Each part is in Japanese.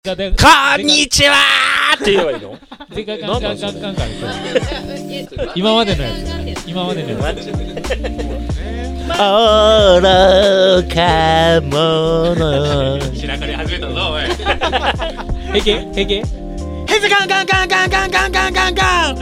こんにちはーって言えばいいの？ でかガンガンガンガンガン今までのやつ今までのやつ愚か者白刈り始めたぞおいへけへけヘズガンガンガンガンガンガンガンガンガン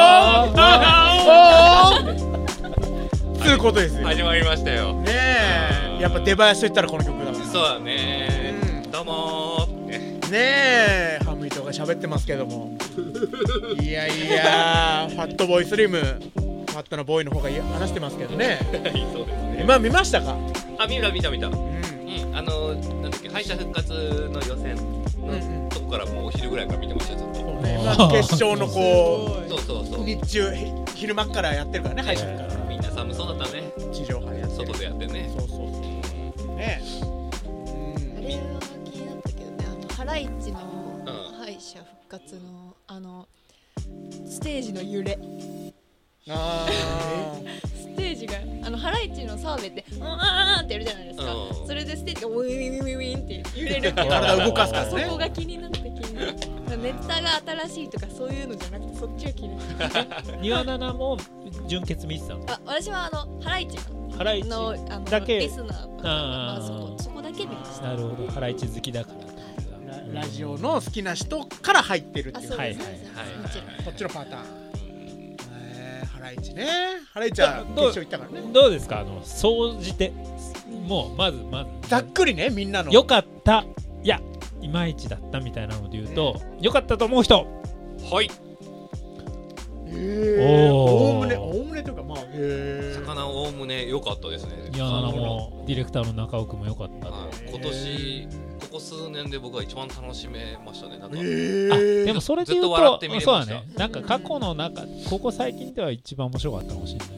つうことですよ。 始まりましたよねえ、やっぱ出囃子と言ったらこの曲だから。 そうだねどうもねえ、ハムイトが喋ってますけどもいやいや、ファットボーイスリム、ファットなボーイの方が話してますけどねそうですね。 今見ましたか？ あ、見たうんなんだっけ、敗者復活の予選のとこからもうお昼ぐらいから見てましたよずっと。 そうね、まあ、決勝のこそうう日中昼間からやってるからね、配信からみんな寒そうだったね。 地上波でやってる。 外でやってね。 そうねあれは気になったけどね、ハライチの敗者復活のステージの揺れ、 あステージがハライチの澤部ってあーってやるじゃないですか。それでステージがウィンウィンウィンウィンって揺れるっていう体動かすからね。 そこが気になってネタが新しいとかそういうのじゃなくてそっちが気になって庭七も純潔見てたの？ 私はハライチハライチのだけリスナー、そこだけ見ました。 なるほど、ハライチ好きだからラジオの好きな人から入ってるっていう。 そうです、 はいはいもちろんこっちのパターン。ハライチね。ハライチは決勝行ったからね。 どうですか、総じてもうまずざっくりね、みんなの。 良かった、いやいまいちだったみたいなので言うと、良かったと思う人。 はいおおむねというか、まあ魚おおむね良かったですね。 庭七もディレクターの中尾君も良かった今年ここ数年で僕は一番楽しめましたね。なんかあ、でもそれで言うずっと笑っとて見れました。 そうだね、なんか過去のここ最近では一番面白かったかもしれない。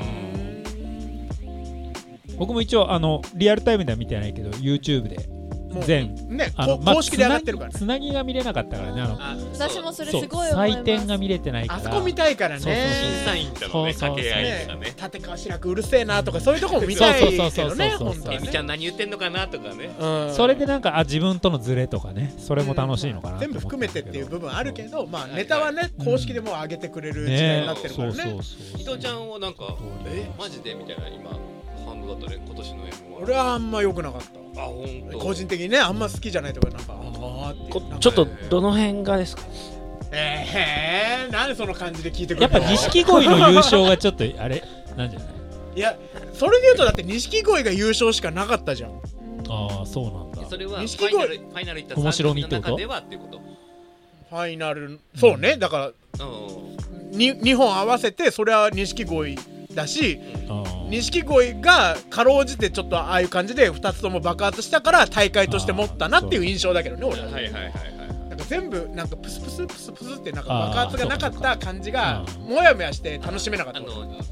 僕も一応リアルタイムでは見てないけど YouTube で全ね、公式で上がってるからね。 つなぎが見れなかったからね。 私もそれすごいそう思います。 採点が見れてないから、 あそこ見たいからね。 そう審査員とのね掛け合いとかね。 立川志らくうるせえなとかそういうとこも見たいけどね。本当エにミちゃん何言ってんのかなとかね。 それでなんか自分とのズレとかね、それも楽しいのかなと思った全部含めてっていう部分あるけど、まあネタはね公式でもう上げてくれる時代になってるからね。 伊藤ちゃんはなんかマジでみたいな今反応だったね、今年の M1。 俺はあんま良くなかった。 あ、本当。 個人的にね、あんま好きじゃないとか、なんかちょっとどの辺がですか？ なんでその感じで聞いてくるの？ やっぱ錦鯉の優勝がちょっとあれなんじゃない？ いや、それで言うとだって錦鯉が優勝しかなかったじゃん。 ああ、そうなんだ。 それはフ錦鯉ァイナル行った3組の中ではっていうこと。 ファイナル、そうね、だから2本合わせてそれは錦鯉だし、錦鯉がかろうじてちょっとああいう感じで2つとも爆発したから大会として持ったなっていう印象だけどね、俺は。 はいはいはいはい。 なんか全部なんかプスプスプスプスってなんか爆発がなかった感じがもやもやして楽しめなかった。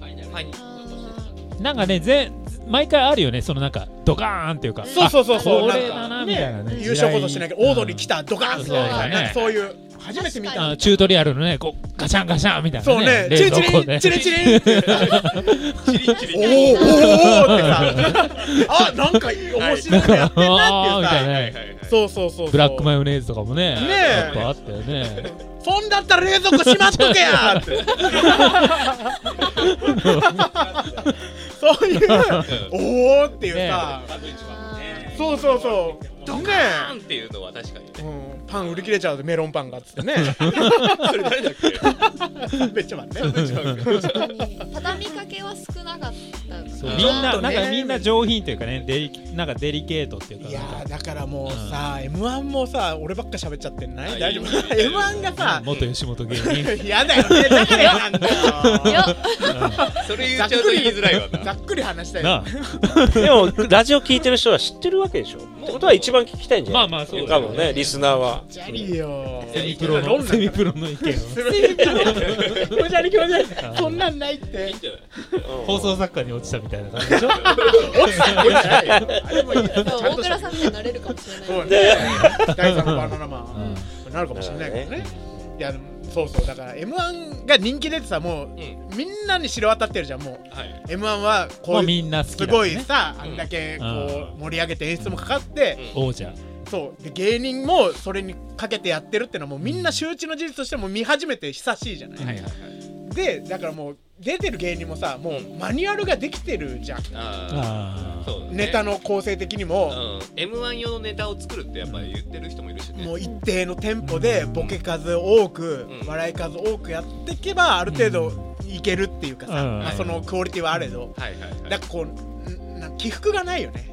なんかね、毎回あるよね、そのなんかドカーンっていうか、 そうこれだなみたいなね、 優勝こそしないけどオードリー来たドカーンってなんかそういう初めて見たチュートリアルのね、こうガシャンガシャンみたいなね、 そうね、チリチリンチリチリンっておーってさ、あ、なんか面白いのやってんなっていうさ、そうブラックマヨネーズとかもね、 ねやっぱあったよね。 そんだったら冷蔵庫閉まっとけやってそういうおーっていうさ、そうドカーンっていうのは確かにパン売り切れちゃうでメロンパンがっつってねそれ誰だっけめっちゃ待って畳みかけは少なかった。 みんな上品というかね、なんかデリケートっていうか。 いやだからもうさ、M1 もさ、俺ばっか喋っちゃってんない？大丈夫？ M1 がさ、 元吉本芸人やだよね、だからやなんだよそれ言っちゃうと言いづらいわな。 ざっくり話したいよ。 でもラジオ聞いてる人は知ってるわけでしょ。ってことは一番聞きたいんじゃない？ まあそうだ多分ね、リスナーは。 ジャリよ。 セミプロの意見を気持ち悪い。そんなんないって。 放送作家に落ちたみたいな感じでしょ。 落ちないよ。あれもいい。 大倉さんみたいになれるかもしれない。 そうね。第3のバナナマンなるかもしれないけどね。いやそうだから M1 が人気出てさ、もうみんなに知れ渡ってるじゃん。もう M1 はこうみんな好きすごいさ、あんだけこう盛り上げて演出もかかって王者そうで芸人もそれにかけてやってるってのはもうみんな周知の事実としても見始めて久しいじゃない、 はいはいはい。 でだからもう出てる芸人もさもうマニュアルができてるじゃん、 そうだね、 ネタの構成的にも、 M1 用のネタを作るってやっぱり言ってる人もいるしね。 もう一定のテンポでボケ数多く、笑い数多くやっていけばある程度いけるっていうかさ、まあ、そのクオリティはあれど、だからこう起伏がないよね。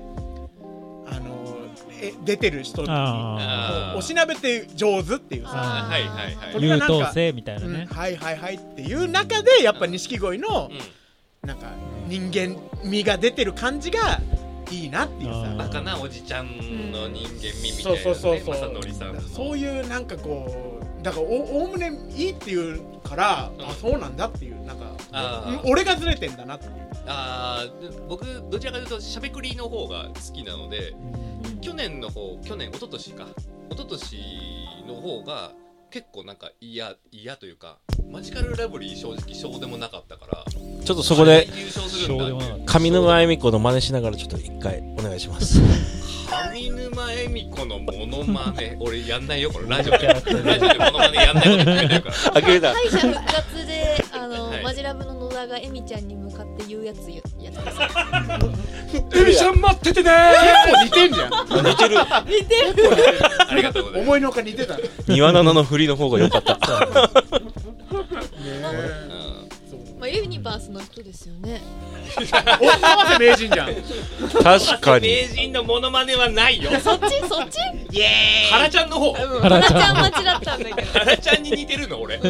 出てる人におしなべて上手っていうさ、 優等生みたいなね、 はいはいはいっていう中でやっぱ錦鯉のなんか人間味が出てる感じがいいなっていうさ、 バカなおじちゃんの人間味みたいなね、正則さんのそういうなんかこうだからおおむねいいっていうから、あそうなんだっていうなんか俺がずれてんだなっていう。 僕どちらかというとしゃべくりの方が好きなので、一昨年の方が結構なんか嫌というか、マジカルラブリー正直そうでもなかったから、 ちょっとそこで優勝するんだ上沼恵美子の真似しながらちょっと一回お願いします。 上沼恵美子のモノマネ俺やんないよ、これラジオでモノマネやんないこと決めてるから。 敗者復活でマジラブの野田がエミちゃんに向かって言うやつやってください。 エミちゃん待っててねー。似てんじゃん。似てる。 ありがとうございます。 思いのほか似てた。 庭菜々の振りの方が良かった。 まあユニバースの人ですよね。 お合わせ名人じゃん。 確かに。 名人のモノマネはないよ。 そっち？ イエーイ。ハラちゃんの方。 ハラちゃん待ちだったんだけど。 ハラちゃんに似てるの俺。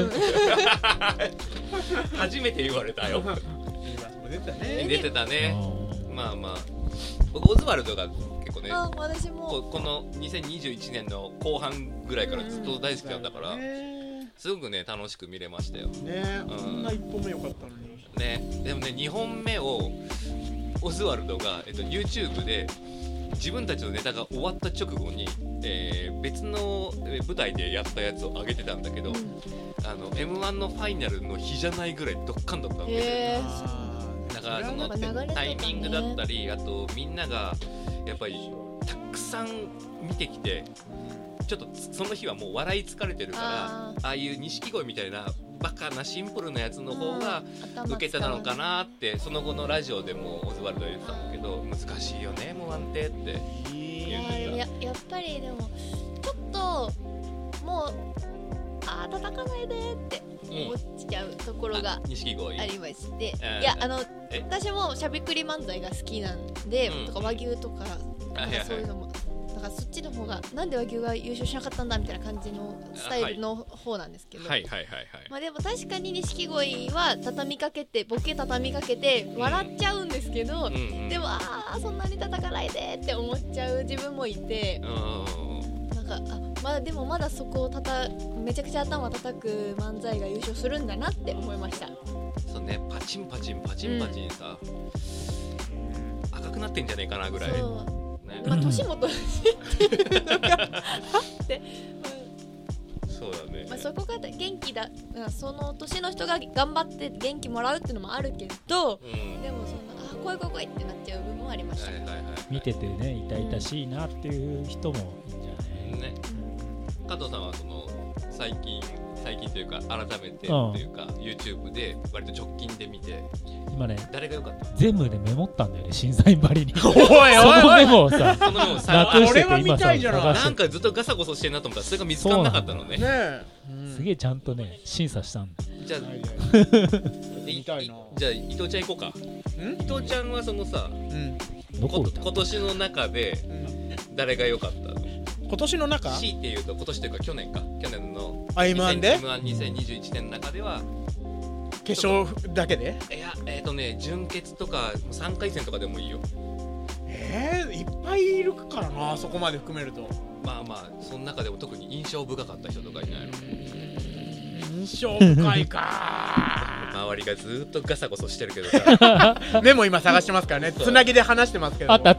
初めて言われたよ。出てたね。まあまあ僕オズワルドが結構ね、 私もこの2021年の後半ぐらいからずっと大好きだったから、すごくね楽しく見れましたよね。 こんな1本目良かったのにね。でもね2本目をオズワルドが、YouTube で自分たちのネタが終わった直後に、別の舞台でやったやつを上げてたんだけど、M1 のファイナルの日じゃないぐらいドッカンだったわけで、だからそのタイミングだったり、あとみんながやっぱりたくさん見てきて、ちょっとその日はもう笑い疲れてるから、ああいう錦鯉みたいなバカなシンプルなやつの方が受けてたのかなって、その後のラジオでもオズワルドは言ってたんだけど、難しいよねもう安定って言ってた。 やっぱりでもちょっともう叩かないでって思っちゃうところがありまして、いや私もしゃべくり漫才が好きなんで、とか和牛とかそういうのも、だからそっちの方がなんで和牛が優勝しなかったんだみたいな感じのスタイルの方なんですけど、まあでも確かに錦鯉は畳みかけてボケ畳みかけて笑っちゃうんですけど、でもそんなに叩かないでって思っちゃう自分もいて、なんかでもまだそこをめちゃくちゃ頭叩く漫才が優勝するんだなって思いました。 そうね、パチンパチンパチンパチンさ、赤くなってんじゃねえかなぐらい。 まあ年も年っていうのがあって、 そうだね。 まあそこが元気だ、その年の人が頑張って元気もらうっていうのもあるけど、でもそんな怖い怖い怖いってなっちゃう部分もありました。 見ててね痛々しいなっていう人もいいんじゃない。 ね。加藤さんはその最近というか改めてというか、YouTube で割と直近で見て今ね誰が良かった？ 全部でメモったんだよね、審査員ばりに。 おいおいおい、 そのメモをさそのメモさなくしてて今さなんかずっとガサゴソしてんなと思ったらそれが見つからなかったのね。 すげえちゃんとね審査したんだ。 じゃあじゃあ伊藤ちゃん行こうか。伊藤ちゃんはそのさ、今年の中で誰が良かったの？ 今年の中？ C っていうと今年というか去年の M1 で M12021 年の中では決勝だけで？ いや準決とか3回戦とかでもいいよ。 いっぱいいるからな、そこまで含めると。 まあその中でも特に印象深かった人とかいないの？ 印象深いか周りがずっとガサゴソしてるけどさメモ今探してますからね。つなぎで話してますけど。 あった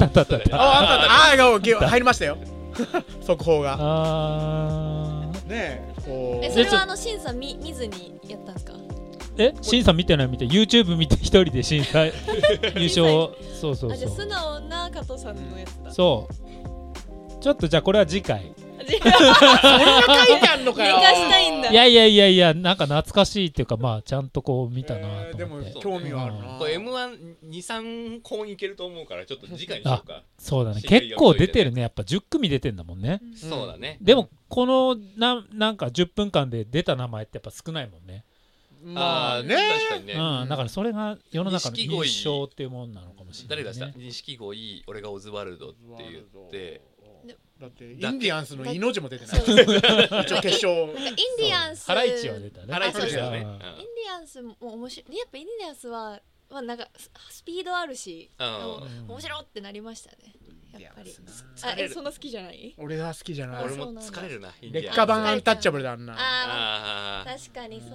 入りましたよ速報が。ねえ、それは審査見ずにやったんですか？ 審査見てない、YouTube 見て一人で審査優勝。そうじゃあ素直な加藤さんのやつだ。 そうちょっとじゃあこれは次回。 そんな書いてあんのかよ。 寝かしたいんだ。 いやなんか懐かしいっていうかまあちゃんとこう見たなと思って。 でも興味はあるな。 これ M123 本いけると思うからちょっと次回にしようか。 そうだね。結構出てるね。やっぱ10組出てんだもんね。 そうだね。 でもこのなんか10分間で出た名前ってやっぱ少ないもんね。 まあね。 確かにね。 だからそれが世の中の印象っていうものなのかもしれない。 誰だした？錦鯉、俺がオズワルドって言って。 だってインディアンスの命も出てない。一応決勝。 インディアンス。 ハライチは出たね。 ハライチだね。インディアンスも面白い。やっぱインディアンスはなんかスピードあるし、面白ってなりましたね。やっぱり。そんな好きじゃない？ 俺は好きじゃない。 俺も疲れるな。 劣化版アンタッチャブルだあんな。 確かにそう。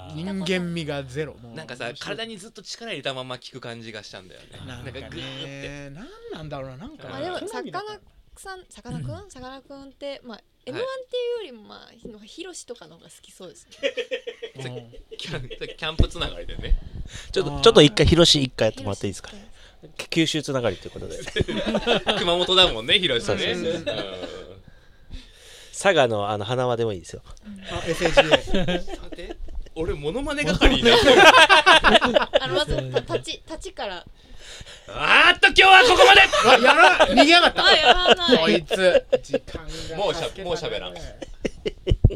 人間味がゼロ。 なんかさ、体にずっと力入れたまま効く感じがしたんだよね。 なんかグーって。なんなんだろうな。なんか。 でもさかなクンってまあ M1 っていうよりもまあヒロシとかの方が好きそうですね。 キャンプつながりでね。 ちょっと一回ヒロシ一回やってもらっていいですか。九州つながりということで。 熊本だもんね、ヒロシね。 佐賀の花輪でもいいですよ。 SAGA。 俺モノマネ係になってる。 まず立ちから。 今日はここまで。 やら逃げやがった。 やらない。 こいつ。時間がもう喋らん。